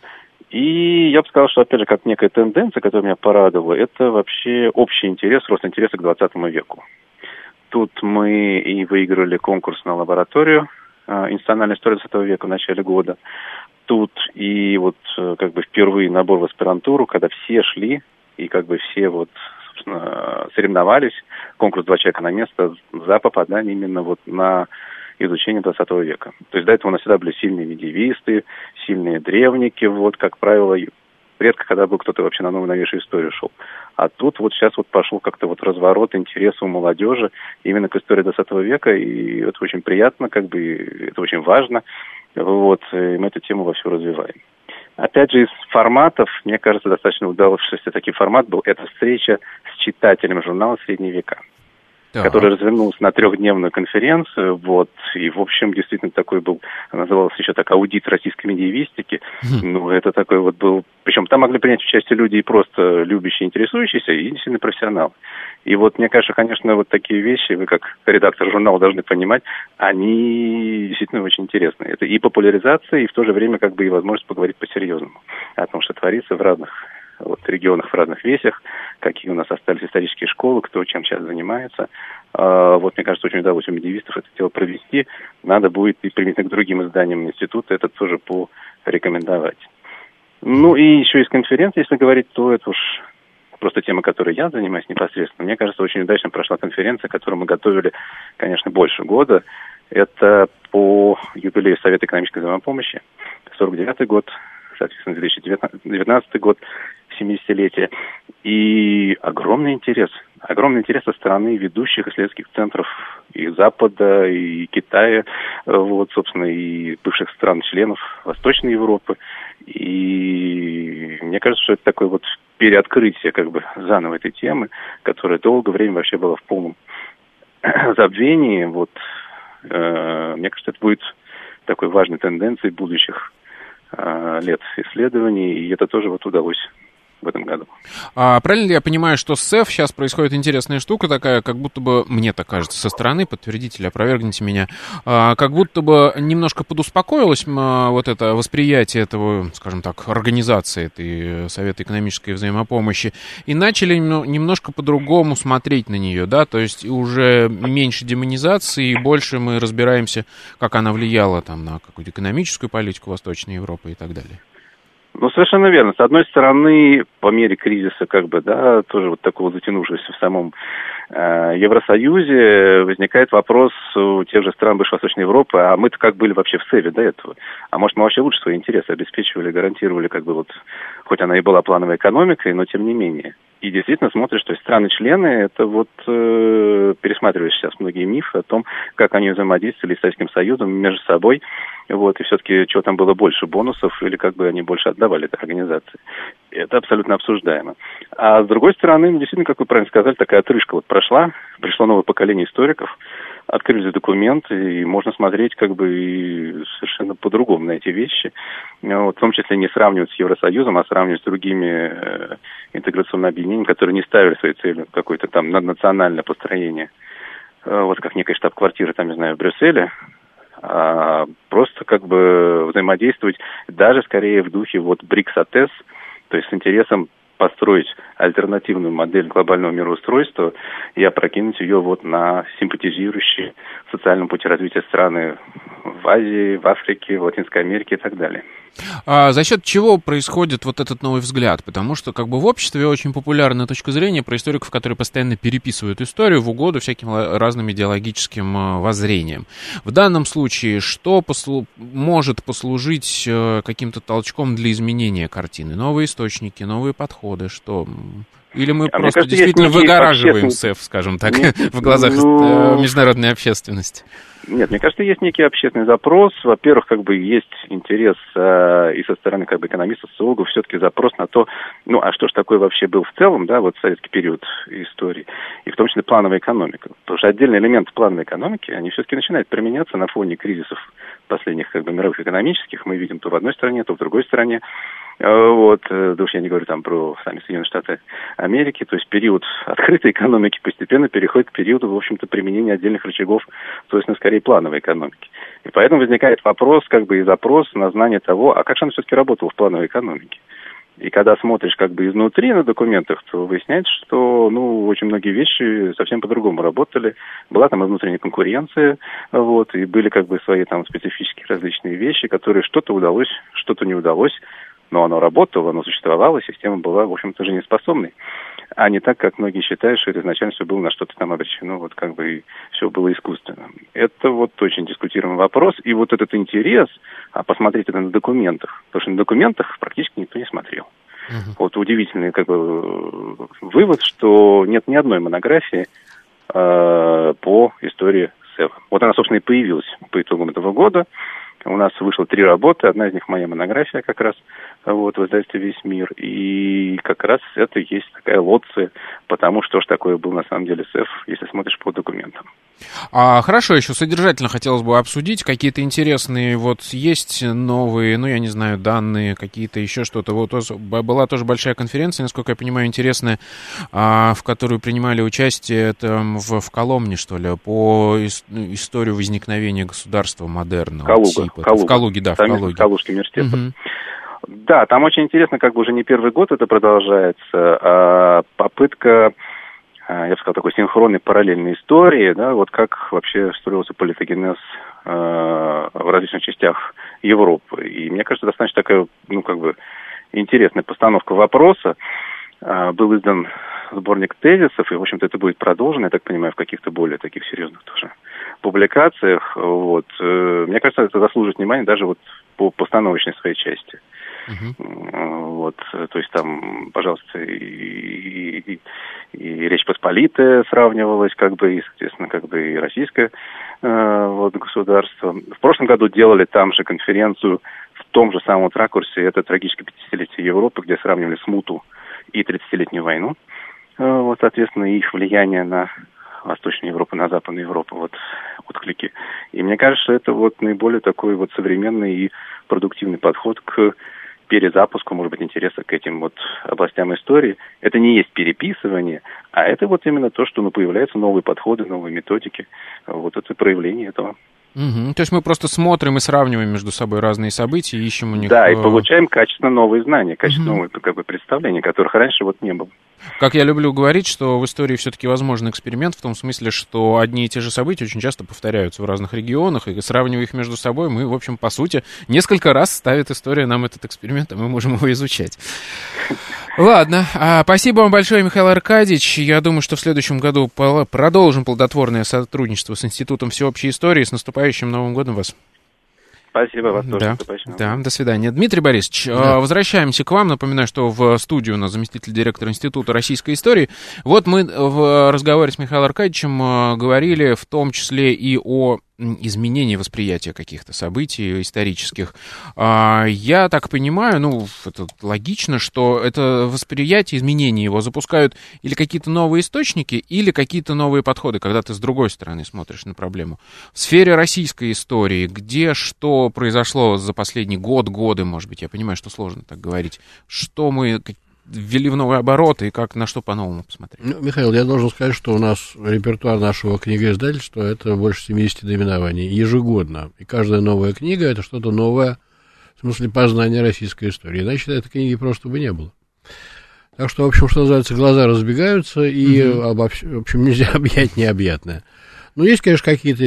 И я бы сказал, что, опять же, как некая тенденция, которая меня порадовала, это вообще общий интерес, рост интереса к 20 веку. Тут мы и выиграли конкурс на лабораторию «Институциональная история 20 века» в начале года. Тут и вот как бы впервые набор в аспирантуру, когда все шли, и как бы все вот соревновались, конкурс 2 человека на место за попадание именно вот на изучение 20 века. То есть до этого у нас всегда были сильные медиевисты, сильные древники, вот, как правило, редко когда был кто-то вообще на новейшую историю шел. А тут вот сейчас вот пошел как-то вот разворот интереса у молодежи именно к истории 20 века, и это очень приятно, как бы, это очень важно, вот, и мы эту тему вовсю развиваем. Опять же, из форматов, мне кажется, достаточно удавшийся такой формат был, это встреча с читателем журнала «Средние века», который развернулся на 3-дневную конференцию, вот, и, в общем, действительно такой был, назывался еще так аудит российской медиевистики, это такой вот был, причем там могли принять участие люди и просто любящие, интересующиеся, и действительно профессионалы. И вот, мне кажется, конечно, вот такие вещи, вы как редактор журнала должны понимать, они действительно очень интересны. Это и популяризация, и в то же время как бы и возможность поговорить по-серьезному о том, что творится в разных вот, регионах, в разных весях, какие у нас остались исторические школы, кто чем сейчас занимается. Вот, мне кажется, очень удалось у медиевистов это дело провести. Надо будет и применительно к другим изданиям института это тоже порекомендовать. Ну и еще из конференции, если говорить, то это уж просто тема, которой я занимаюсь непосредственно. Мне кажется, очень удачно прошла конференция, которую мы готовили, конечно, больше года. Это по юбилею Совета экономической взаимопомощи, 49-й год, соответственно, 2019 год, 70-летие. И огромный интерес со стороны ведущих исследовательских центров и Запада, и Китая, вот, собственно, и бывших стран-членов Восточной Европы. И мне кажется, что это такое вот переоткрытие как бы заново этой темы, которая долгое время вообще была в полном забвении. Вот, мне кажется, это будет такой важной тенденцией будущих лет исследований, и это тоже вот удалось в этом году. Правильно ли я понимаю, что с СЭФ сейчас происходит интересная штука такая, как будто бы, мне так кажется, со стороны, подтвердите или опровергните меня, как будто бы немножко подуспокоилось вот это восприятие этого, скажем так, организации этой Совета экономической взаимопомощи, и начали немножко по-другому смотреть на нее, да, то есть уже меньше демонизации, и больше мы разбираемся, как она влияла там на какую-то экономическую политику Восточной Европы и так далее. Ну, совершенно верно. С одной стороны, по мере кризиса, как бы, да, тоже вот такого затянувшегося в самом Евросоюзе, возникает вопрос у тех же стран бывшей Восточной Европы, а мы-то как были вообще в СЭВе до этого? А может, мы вообще лучше свои интересы обеспечивали, гарантировали, как бы вот, хоть она и была плановой экономикой, но тем не менее. И действительно смотришь, что страны-члены, это вот пересматриваешь сейчас многие мифы о том, как они взаимодействовали с Советским Союзом между собой, вот, и все-таки чего там было больше бонусов, или как бы они больше отдавали этой организации. Это абсолютно обсуждаемо. А с другой стороны, действительно, как вы правильно сказали, такая отрыжка вот прошла, пришло новое поколение историков, открылись документы, и можно смотреть как бы и совершенно по-другому на эти вещи. Вот, в том числе не сравнивать с Евросоюзом, а сравнивать с другими интеграционными объединениями, которые не ставили своей целью какое-то там наднациональное построение, вот как некая штаб-квартира, там, не знаю, в Брюсселе, а просто как бы взаимодействовать даже скорее в духе вот БРИКС-АТЭС, то есть с интересом построить альтернативную модель глобального мироустройства и опрокинуть ее вот на симпатизирующие в социальном пути развития страны в Азии, в Африке, в Латинской Америке и так далее. А за счет чего происходит вот этот новый взгляд? Потому что как бы в обществе очень популярна точка зрения про историков, которые постоянно переписывают историю в угоду всяким разным идеологическим воззрениям. В данном случае что может послужить каким-то толчком для изменения картины? Новые источники, новые подходы, что... Или мы просто кажется, действительно выгораживаем СЭФ, скажем так, в глазах международной общественности? Нет, мне кажется, есть некий общественный запрос. Во-первых, как бы есть интерес и со стороны как бы экономистов, социологов, все-таки запрос на то, ну, а что ж такое вообще был в целом, да, вот советский период истории, и в том числе плановая экономика. Потому что отдельные элементы плановой экономики, они все-таки начинают применяться на фоне кризисов последних как бы мировых экономических. Мы видим то в одной стране, то в другой стране. Вот, да уж я не говорю там про сами Соединенные Штаты Америки, то есть период открытой экономики постепенно переходит к периоду, в общем-то, применения отдельных рычагов, то есть, скорее, плановой экономики. И поэтому возникает вопрос, как бы, и запрос на знание того, а как же она все-таки работала в плановой экономике. И когда смотришь как бы изнутри на документах, то выясняется, что, ну, очень многие вещи совсем по-другому работали. Была там и внутренняя конкуренция, вот, и были как бы свои там специфические различные вещи, которые что-то удалось, что-то не удалось. Но оно работало, оно существовало, система была, в общем-то, жизнеспособной. А не так, как многие считают, что это изначально все было на что-то там обречено, вот как бы и все было искусственно. Это вот очень дискутируемый вопрос. И вот этот интерес, посмотреть это на документах, потому что на документах практически никто не смотрел. Вот удивительный как бы вывод, что нет ни одной монографии по истории СЭФ. Вот она, собственно, и появилась по итогам этого года. У нас вышло 3 работы, одна из них моя монография как раз, вот, в издательстве «Весь мир». И как раз это есть такая лоция, потому что ж такое был на самом деле СЭФ, если смотришь по документам. Хорошо, еще содержательно хотелось бы обсудить. Какие-то интересные, вот, есть новые, ну, я не знаю, данные, какие-то еще что-то. Вот была тоже большая конференция, насколько я понимаю, интересная, в которой принимали участие это в Коломне, что ли, по историю возникновения государства модерного. Калуга. В Калуге, да, в Калуге. Калужский университет. Да, там очень интересно, как бы уже не первый год это продолжается, а попытка, я бы сказал, такой синхронной параллельной истории, да, вот как вообще строился политогенез в различных частях Европы. И мне кажется, достаточно такая, интересная постановка вопроса. Был издан сборник тезисов, и, в общем-то, это будет продолжено, я так понимаю, в каких-то более таких серьезных тоже публикациях. Вот. Мне кажется, это заслуживает внимания даже вот по постановочной своей части. Вот, то есть там, пожалуйста, и Речь Посполитая сравнивалась, и, соответственно, и российское государство. В прошлом году делали там же конференцию в том же самом ракурсе, это трагическое 50-летие Европы, где сравнивали смуту и 30-летнюю войну. Вот, соответственно, их влияние на Восточную Европу, на Западную Европу, отклики. И мне кажется, что это наиболее такой современный и продуктивный подход к перезапуску, может быть, интереса к этим областям истории. Это не есть переписывание, а это именно то, что появляются новые подходы, новые методики. Это проявление этого. То есть мы просто смотрим и сравниваем между собой разные события, ищем у них... Да, и получаем качественно новые знания, качественно новые представления, которых раньше не было. Как я люблю говорить, что в истории все-таки возможен эксперимент, в том смысле, что одни и те же события очень часто повторяются в разных регионах, и сравнивая их между собой, мы, в общем, по сути, несколько раз ставит история нам этот эксперимент, и мы можем его изучать. Ладно, спасибо вам большое, Михаил Аркадьевич. Я думаю, что в следующем году продолжим плодотворное сотрудничество с Институтом всеобщей истории. С наступающим Новым годом вас! Спасибо, вас тоже. Да, до свидания. Дмитрий Борисович, возвращаемся к вам. Напоминаю, что в студии у нас заместитель директора Института российской истории. Мы в разговоре с Михаилом Аркадьевичем говорили в том числе и о изменении восприятия каких-то событий исторических. Я так понимаю, это логично, что это восприятие, изменение его запускают или какие-то новые источники, или какие-то новые подходы, когда ты с другой стороны смотришь на проблему. В сфере российской истории, где что произошло за последний годы, может быть, я понимаю, что сложно так говорить, что мы ввели в новый оборот и на что по-новому посмотреть? Михаил, я должен сказать, что у нас репертуар нашего книгоиздательства — это больше 70 наименований ежегодно. И каждая новая книга — это что-то новое, в смысле познания российской истории. Иначе этой книги просто бы не было. Так что, в общем, что называется, глаза разбегаются, и, в общем, нельзя объять необъятное. Но есть, конечно, какие-то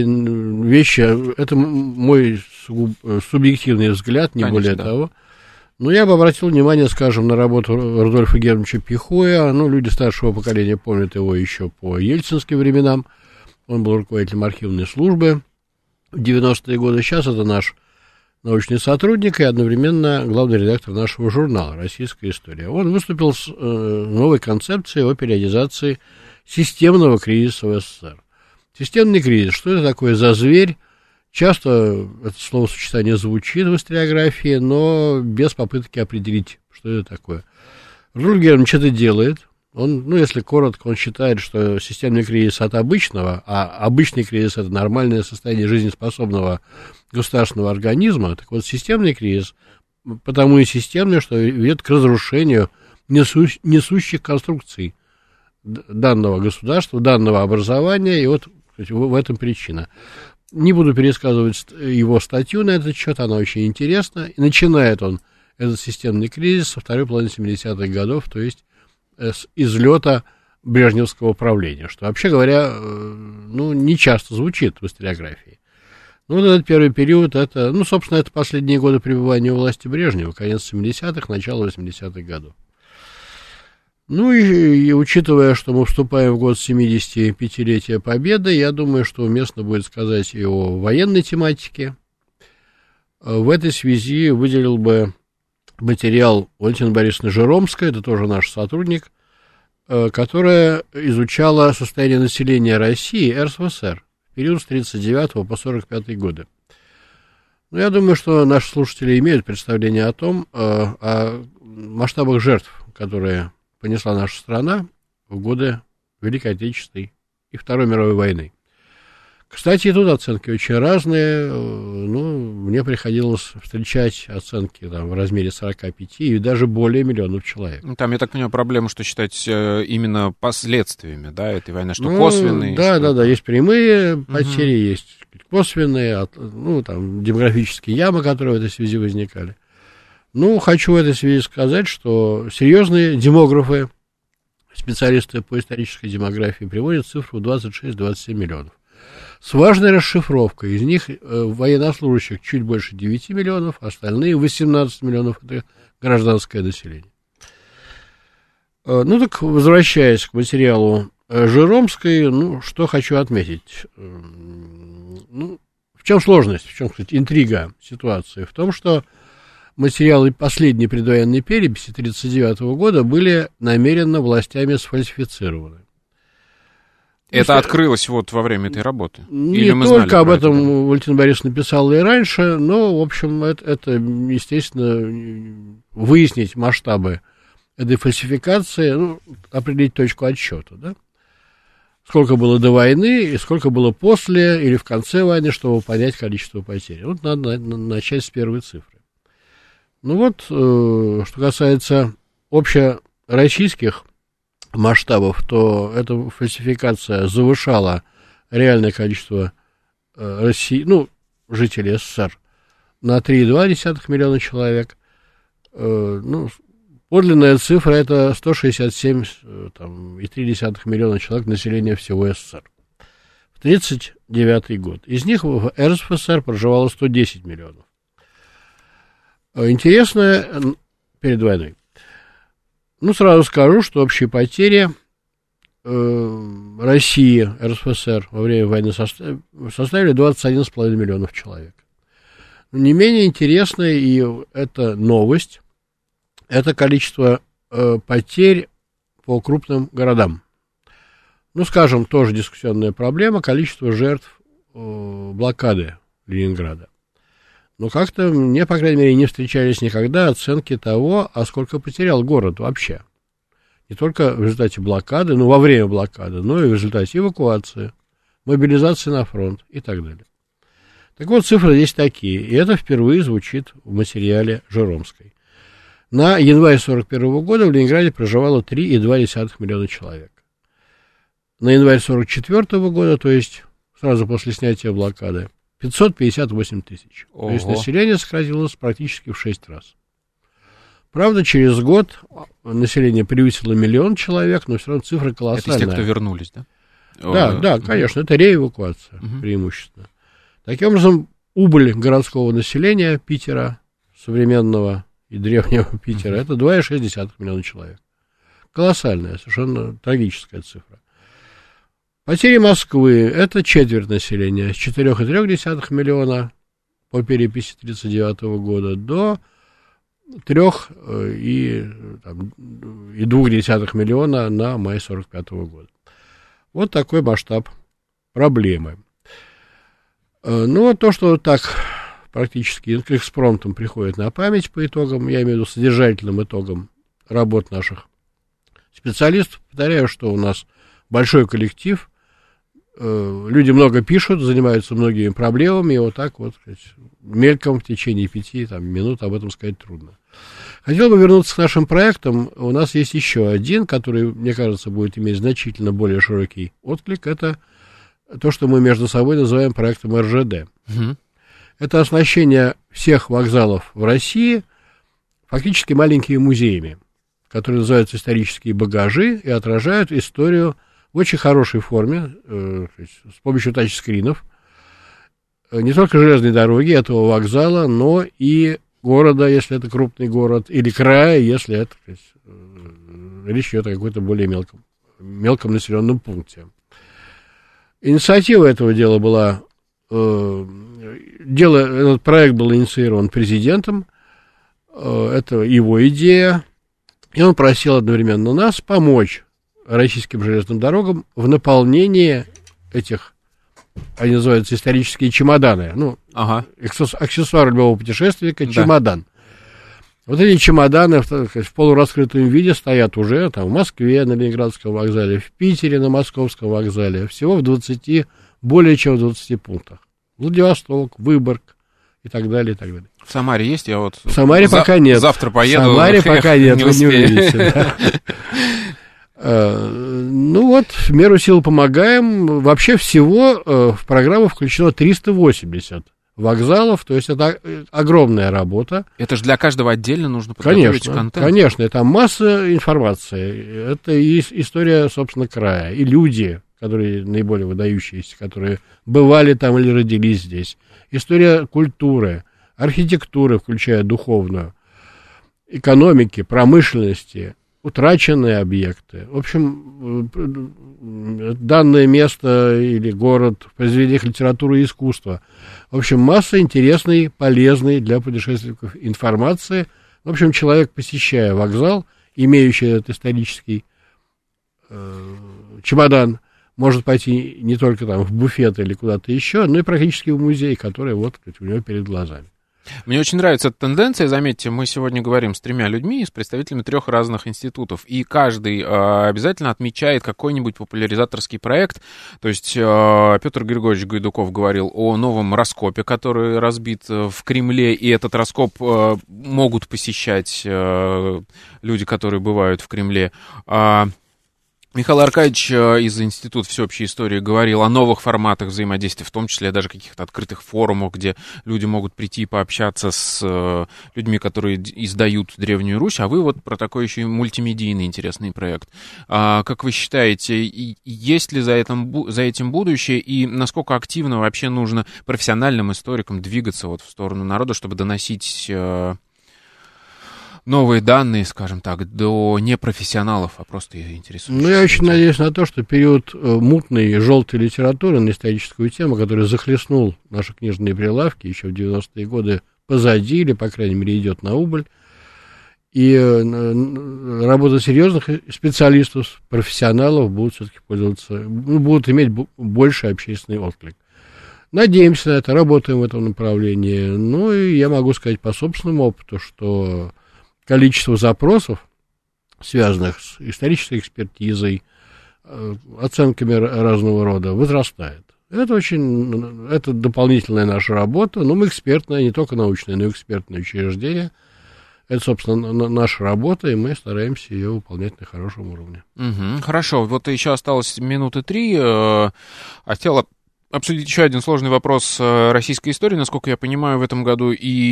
вещи, это мой субъективный взгляд, не более того. Но я бы обратил внимание, скажем, на работу Рудольфа Германовича Пихоя. Люди старшего поколения помнят его еще по ельцинским временам. Он был руководителем архивной службы в 90-е годы. Сейчас это наш научный сотрудник и одновременно главный редактор нашего журнала «Российская история». Он выступил с новой концепцией о периодизации системного кризиса в СССР. Системный кризис. Что это такое за зверь? Часто это словосочетание звучит в историографии, но без попытки определить, что это такое. Рудольф Германович это делает. Он, если коротко, он считает, что системный кризис от обычного, а обычный кризис — это нормальное состояние жизнеспособного государственного организма. Так вот, системный кризис потому и системный, что ведет к разрушению несущих конструкций данного государства, данного образования, и в этом причина. Не буду пересказывать его статью на этот счет, она очень интересна. И начинает он этот системный кризис со второй половины 70-х годов, то есть с излета брежневского правления, что, вообще говоря, не часто звучит в историографии. Этот первый период, это, собственно, это последние годы пребывания у власти Брежнева, конец 70-х, начало 80-х годов. И учитывая, что мы вступаем в год 75-летия Победы, я думаю, что уместно будет сказать и о военной тематике. В этой связи выделил бы материал Валентины Борисовны Жеромской, это тоже наш сотрудник, которая изучала состояние населения России и РСФСР в период с 1939 по 1945 годы. Я думаю, что наши слушатели имеют представление о масштабах жертв, которые понесла наша страна в годы Великой Отечественной и Второй мировой войны. Кстати, и тут оценки очень разные. Мне приходилось встречать оценки в размере 45 и даже более миллионов человек. Там, я так понимаю, проблема, что считать именно последствиями, этой войны, что косвенные. Да, есть прямые потери, есть косвенные, демографические ямы, которые в этой связи возникали. Ну, хочу в этой связи сказать, что серьезные демографы, специалисты по исторической демографии приводят цифру 26-27 миллионов. С важной расшифровкой. Из них военнослужащих чуть больше 9 миллионов, остальные 18 миллионов – это гражданское население. Ну, так, возвращаясь к материалу Жеромской, ну, что хочу отметить. Ну, в чем сложность, в чем, кстати, интрига ситуации? В том, что материалы последней предвоенной переписи 1939 года были намеренно властями сфальсифицированы. Это открылось вот во время этой работы? Не только об этом Валентин Борисович написал и раньше, но, в общем, это, естественно, выяснить масштабы этой фальсификации, ну, определить точку отсчета, да? Сколько было до войны и сколько было после или в конце войны, чтобы понять количество потерь. Вот надо начать с первой цифры. Ну вот, что касается общероссийских масштабов, то эта фальсификация завышала реальное количество жителей СССР на 3,2 миллиона человек. Ну, подлинная цифра – это 167,3 миллиона человек населения всего СССР. В 1939 год. Из них в РСФСР проживало 110 миллионов. Интересно, перед войной. Ну, сразу скажу, что общие потери России, РСФСР во время войны составили 21,5 миллионов человек. Но не менее интересная, и это новость, это количество потерь по крупным городам. Ну, скажем, тоже дискуссионная проблема, количество жертв блокады Ленинграда. Но как-то мне, по крайней мере, не встречались никогда оценки того, а сколько потерял город вообще. Не только в результате блокады, во время блокады, но и в результате эвакуации, мобилизации на фронт и так далее. Так вот, цифры здесь такие, и это впервые звучит в материале Жеромской. На январь 1941 года в Ленинграде проживало 3,2 миллиона человек. На январь 1944 года, то есть сразу после снятия блокады, 558 тысяч. Ого. То есть население сократилось практически в 6 раз. Правда, через год население превысило 1 миллион человек, но все равно цифра колоссальная. Это из тех, кто вернулись, да? Да, конечно, это реэвакуация преимущественно. Таким образом, убыль городского населения Питера, современного и древнего Питера, это 2,6 миллиона человек. Колоссальная, совершенно трагическая цифра. Потери Москвы – это четверть населения, с 4,3 миллиона по переписи 1939 года до 3,2 миллиона на май 1945 года. Вот такой масштаб проблемы. Ну, то, что так практически экспромтом приходит на память по итогам, я имею в виду содержательным итогам работ наших специалистов, повторяю, что у нас большой коллектив, люди много пишут, занимаются многими проблемами, и вот так вот мельком в течение 5 минут об этом сказать трудно. Хотел бы вернуться к нашим проектам. У нас есть еще один, который, мне кажется, будет иметь значительно более широкий отклик. Это то, что мы между собой называем проектом РЖД. Это оснащение всех вокзалов в России фактически маленькими музеями, которые называются исторические багажи и отражают историю в очень хорошей форме, с помощью тачскринов, не только железной дороги этого вокзала, но и города, если это крупный город, или края, если это речь идет о какой-то более мелком населенном пункте. Инициатива этого дела была, этот проект был инициирован президентом, это его идея, и он просил одновременно нас помочь российским железным дорогам в наполнении этих, они называются исторические чемоданы, аксессуар любого путешественника, чемодан. Вот эти чемоданы в полураскрытом виде стоят уже в Москве, на Ленинградском вокзале, в Питере, на Московском вокзале, всего более чем в 20 пунктах. Владивосток, Выборг и так далее, и так далее. В Самаре есть? Я в Самаре пока нет. Завтра поеду. В Самаре пока нет, вы не увидите. Да. Ну вот, в меру сил помогаем. Вообще всего в программу включено 380 вокзалов, то есть это огромная работа. Это же для каждого отдельно нужно подготовить контент. Конечно, это масса информации, это и история, собственно, края, и люди, которые наиболее выдающиеся, которые бывали там или родились здесь, история культуры, архитектуры, включая духовную, экономики, промышленности, утраченные объекты. В общем, данное место или город в произведениях литературы и искусства. В общем, масса интересной, полезной для путешественников информации. В общем, человек, посещая вокзал, имеющий этот исторический чемодан, может пойти не только там в буфет или куда-то еще, но и практически в музей, который вот у него перед глазами. Мне очень нравится эта тенденция. Заметьте, мы сегодня говорим с 3 людьми, с представителями 3 разных институтов, и каждый обязательно отмечает какой-нибудь популяризаторский проект. То есть Петр Григорьевич Гайдуков говорил о новом раскопе, который разбит в Кремле, и этот раскоп могут посещать люди, которые бывают в Кремле. Михаил Аркадьевич из Института всеобщей истории говорил о новых форматах взаимодействия, в том числе даже каких-то открытых форумах, где люди могут прийти и пообщаться с людьми, которые издают Древнюю Русь, а вы вот про такой еще и мультимедийный интересный проект. Как вы считаете, есть ли за этим будущее, и насколько активно вообще нужно профессиональным историкам двигаться вот в сторону народа, чтобы доносить новые данные, скажем так, до непрофессионалов, а просто интересующихся? Я очень надеюсь на то, что период мутной желтой литературы на историческую тему, который захлестнул наши книжные прилавки еще в 90-е годы, позади, или, по крайней мере, идет на убыль. И работа серьезных специалистов, профессионалов будут все-таки пользоваться, будут иметь больший общественный отклик. Надеемся на это, работаем в этом направлении. Ну, и я могу сказать по собственному опыту, что количество запросов, связанных с исторической экспертизой, оценками разного рода, возрастает. Это дополнительная наша работа, но мы экспертное, не только научное, но и экспертное учреждение. Это, собственно, наша работа, и мы стараемся ее выполнять на хорошем уровне. Хорошо, вот еще осталось 3 минуты. Хотела обсудить еще один сложный вопрос российской истории, насколько я понимаю, в этом году.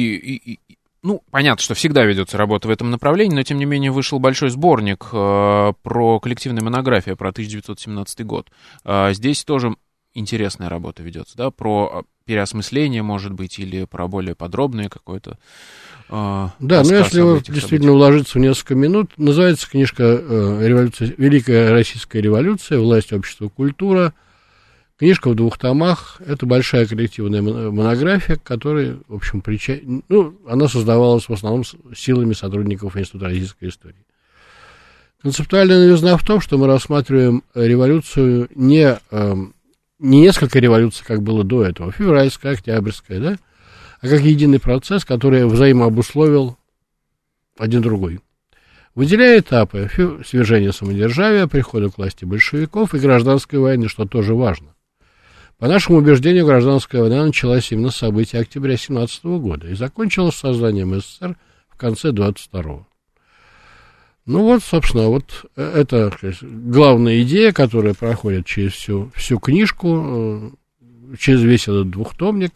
Понятно, что всегда ведется работа в этом направлении, но, тем не менее, вышел большой сборник про коллективную монографию, про 1917 год. Здесь тоже интересная работа ведется, да, про переосмысление, может быть, или про более подробное какое-то Да, но если действительно уложиться в несколько минут, называется книжка «Великая Российская революция. Власть, общество, культура». Книжка в 2 томах, это большая коллективная монография, которая, в общем, она создавалась в основном силами сотрудников Института российской истории. Концептуальная новизна в том, что мы рассматриваем революцию не несколько революций, как было до этого, февральская, октябрьская, да, а как единый процесс, который взаимообусловил один другой. Выделяя этапы свержения самодержавия, прихода к власти большевиков и гражданской войны, что тоже важно. По нашему убеждению, гражданская война началась именно с событий октября 1917 года и закончилась созданием СССР в конце 22-го. Собственно, это главная идея, которая проходит через всю книжку, через весь этот 2-томник.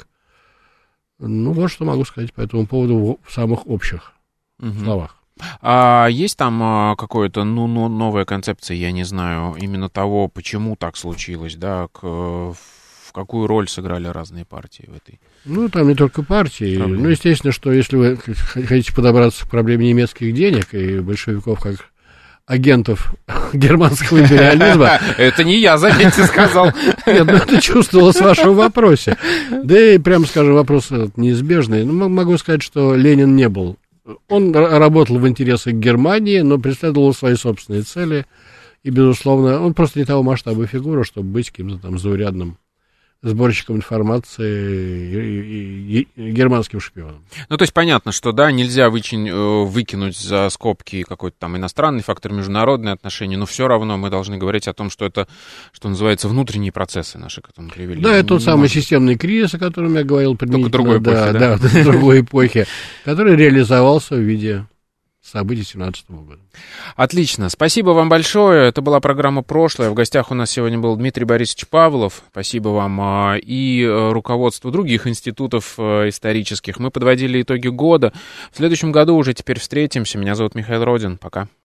Что могу сказать по этому поводу в самых общих словах. А есть там какая-то новая концепция, я не знаю, именно того, почему так случилось, да, в какую роль сыграли разные партии в этой там не только партии. проблеме? Естественно, что если вы хотите подобраться к проблеме немецких денег и большевиков как агентов германского империализма... Это не я, заметьте, сказал. Нет, это чувствовалось в вашем вопросе. Да и, прямо скажем, вопрос неизбежный. Могу сказать, что Ленин не был. Он работал в интересах Германии, но преследовал свои собственные цели. И, безусловно, он просто не того масштаба фигура, чтобы быть каким-то там заурядным сборщиком информации и германским шпионом. То есть понятно, что, да, нельзя выкинуть за скобки какой-то там иностранный фактор, международные отношения, но все равно мы должны говорить о том, что это, что называется, внутренние процессы наши к этому привели. Да, это тот самый системный кризис, о котором я говорил, только другой эпохи, другой эпохи, который реализовался в виде событий 2017 года. Отлично. Спасибо вам большое. Это была программа «Прошлое». В гостях у нас сегодня был Дмитрий Борисович Павлов. Спасибо вам. И руководству других институтов исторических. Мы подводили итоги года. В следующем году уже теперь встретимся. Меня зовут Михаил Родин. Пока.